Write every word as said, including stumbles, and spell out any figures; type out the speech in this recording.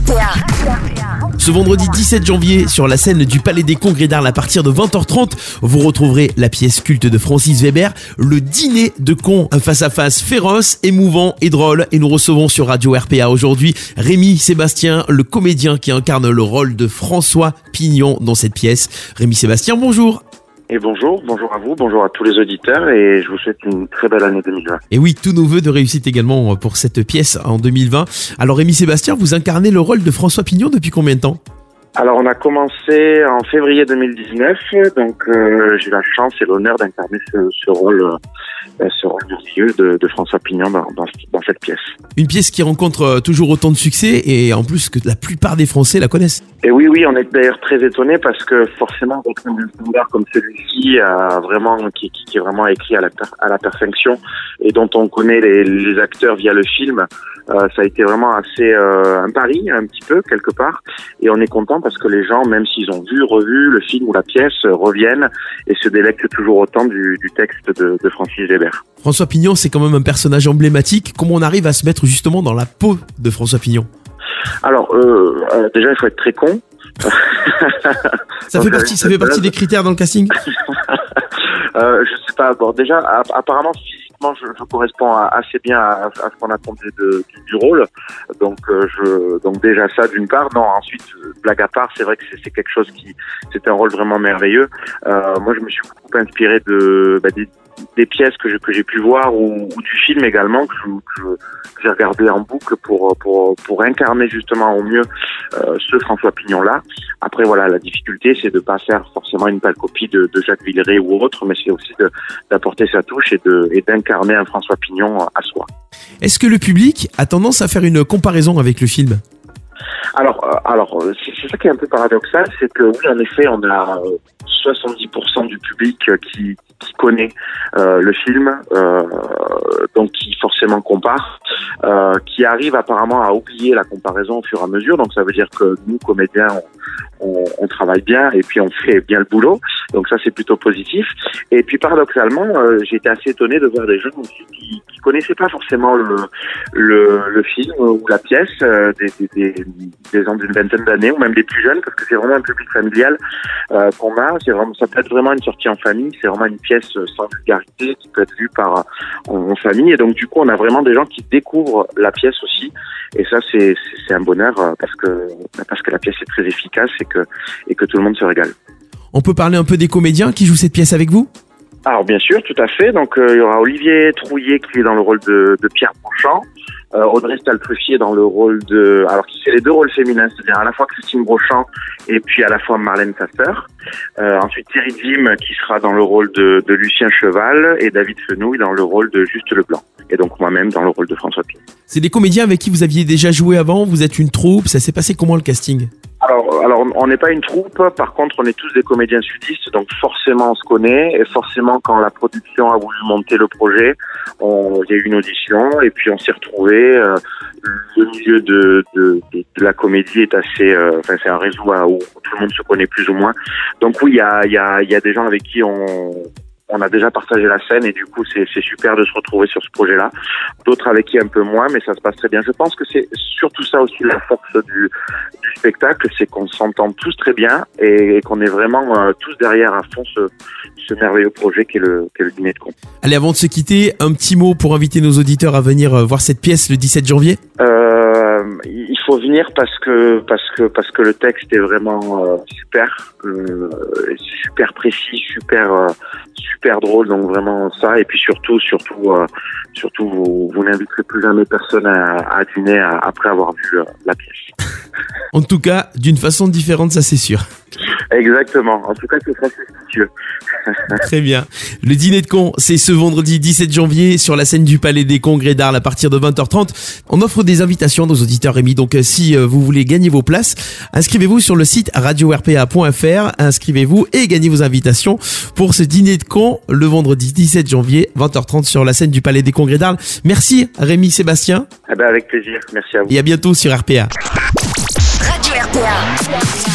P A. Ce vendredi dix-sept janvier, sur la scène du Palais des Congrès d'Arles à partir de vingt heures trente, vous retrouverez la pièce culte de Francis Weber, le dîner de cons, un face-à-face féroce, émouvant et drôle. Et nous recevons sur Radio R P A aujourd'hui Rémi Sébastien, le comédien qui incarne le rôle de François Pignon dans cette pièce. Rémi Sébastien, bonjour. Et bonjour, bonjour à vous, bonjour à tous les auditeurs et je vous souhaite une très belle année deux mille vingt. Et oui, tous nos vœux de réussite également pour cette pièce en deux mille vingt. Alors Rémi Sébastien, vous incarnez le rôle de François Pignon depuis combien de temps ? Alors on a commencé en février deux mille dix-neuf, donc euh, j'ai la chance et l'honneur d'incarner ce, ce rôle, euh, ce rôle merveilleux de, de François Pignon dans, dans, dans cette pièce. Une pièce qui rencontre toujours autant de succès et en plus que la plupart des Français la connaissent. Et oui, oui, on est d'ailleurs très étonnés parce que forcément, un standard comme celui-ci a vraiment, qui, qui, qui est vraiment écrit à la, à la perfection et dont on connaît les, les acteurs via le film, euh, ça a été vraiment assez euh, un pari, un petit peu, quelque part. Et on est content parce que les gens, même s'ils ont vu, revu le film ou la pièce, euh, reviennent et se délectent toujours autant du, du texte de, de Francis Weber. François Pignon, c'est quand même un personnage emblématique. Comment on arrive à se mettre justement dans la peau de François Pignon ? Alors, euh, euh, déjà, il faut être très con. ça fait partie, ça fait partie des critères dans le casting. euh, je sais pas. Bon, déjà, apparemment, physiquement, je, je corresponds assez bien à, à ce qu'on attendait de, du, du rôle. Donc, euh, je, donc déjà ça d'une part. Non, ensuite, blague à part, c'est vrai que c'est, c'est quelque chose qui, c'est un rôle vraiment merveilleux. Euh, moi, je me suis beaucoup inspiré de bah, des, des pièces que, je, que j'ai pu voir ou, ou du film également que, je, que, je, que j'ai regardé en boucle pour pour pour incarner justement au mieux euh, ce François Pignon là. Après voilà, la difficulté c'est de pas faire forcément une pâle copie de, de Jacques Villeray ou autre, mais c'est aussi de, d'apporter sa touche et de et d'incarner un François Pignon à soi. Est-ce que le public a tendance à faire une comparaison avec le film ? Alors, euh, alors c'est, c'est ça qui est un peu paradoxal, c'est que oui, en effet, on a soixante-dix pour cent du public qui, qui connaît euh, le film, euh, donc qui forcément compare, euh, qui arrive apparemment à oublier la comparaison au fur et à mesure. Donc ça veut dire que nous, comédiens, on, on, on travaille bien et puis on fait bien le boulot. Donc ça, c'est plutôt positif. Et puis paradoxalement, euh, j'ai été assez étonné de voir des gens aussi qui, qui connaissaient pas forcément le, le, le film ou la pièce, euh, des, des, des, des gens d'une vingtaine d'années ou même des plus jeunes, parce que c'est vraiment un public familial euh, qu'on a. C'est vraiment, ça peut être vraiment une sortie en famille. C'est vraiment une pièce sans vulgarité qui peut être vue par en, en famille. Et donc du coup, on a vraiment des gens qui découvrent la pièce aussi. Et ça, c'est, c'est, c'est un bonheur parce que parce que la pièce est très efficace et que et que tout le monde se régale. On peut parler un peu des comédiens qui jouent cette pièce avec vous ? Alors bien sûr, tout à fait. Donc euh, il y aura Olivier Trouillet qui est dans le rôle de, de Pierre Brochant, euh, Audrey Staltruffier dans le rôle de, alors qui fait les deux rôles féminins, c'est-à-dire à la fois Christine Brochant et puis à la fois Marlène Saffer. Euh, ensuite Thierry Dzim qui sera dans le rôle de, de Lucien Cheval et David Fenouil dans le rôle de Juste Leblanc. Et donc moi-même dans le rôle de François Pignon. C'est des comédiens avec qui vous aviez déjà joué avant ? Vous êtes une troupe ? Ça s'est passé comment le casting ? Alors, alors, on n'est pas une troupe. Par contre, on est tous des comédiens sudistes, donc forcément on se connaît. Et forcément, quand la production a voulu monter le projet, on, il y a eu une audition et puis on s'est retrouvés. Euh, le milieu de, de, de, de la comédie est assez, euh, enfin c'est un réseau où tout le monde se connaît plus ou moins. Donc oui, il y a, il y a, il y a des gens avec qui on On a déjà partagé la scène et du coup c'est, c'est super de se retrouver sur ce projet-là. D'autres avec qui un peu moins, mais ça se passe très bien. Je pense que c'est surtout ça aussi la force du, du spectacle, c'est qu'on s'entend tous très bien et, et qu'on est vraiment euh, tous derrière à fond ce, ce merveilleux projet qu'est le, qu'est le dîner de cons. Allez, avant de se quitter, un petit mot pour inviter nos auditeurs à venir voir cette pièce le dix-sept janvier. Euh, il faut venir parce que parce que parce que le texte est vraiment euh, super, euh, super précis, super euh, super drôle, donc vraiment ça. Et puis surtout surtout euh, surtout vous, vous n'inviterez plus jamais personne à, à dîner à, après avoir vu euh, la pièce. En tout cas, d'une façon différente, ça c'est sûr. Exactement. En tout cas, c'est très suspicieux. Très bien. Le dîner de cons, c'est ce vendredi dix-sept janvier sur la scène du Palais des Congrès d'Arles à partir de vingt heures trente. On offre des invitations à nos auditeurs, Rémi. Donc, si vous voulez gagner vos places, inscrivez-vous sur le site radio r p a point f r. Inscrivez-vous et gagnez vos invitations pour ce dîner de cons le vendredi dix-sept janvier, vingt heures trente sur la scène du Palais des Congrès d'Arles. Merci, Rémi Sébastien. Eh ben, avec plaisir. Merci à vous. Et à bientôt sur R P A. Radio R P A.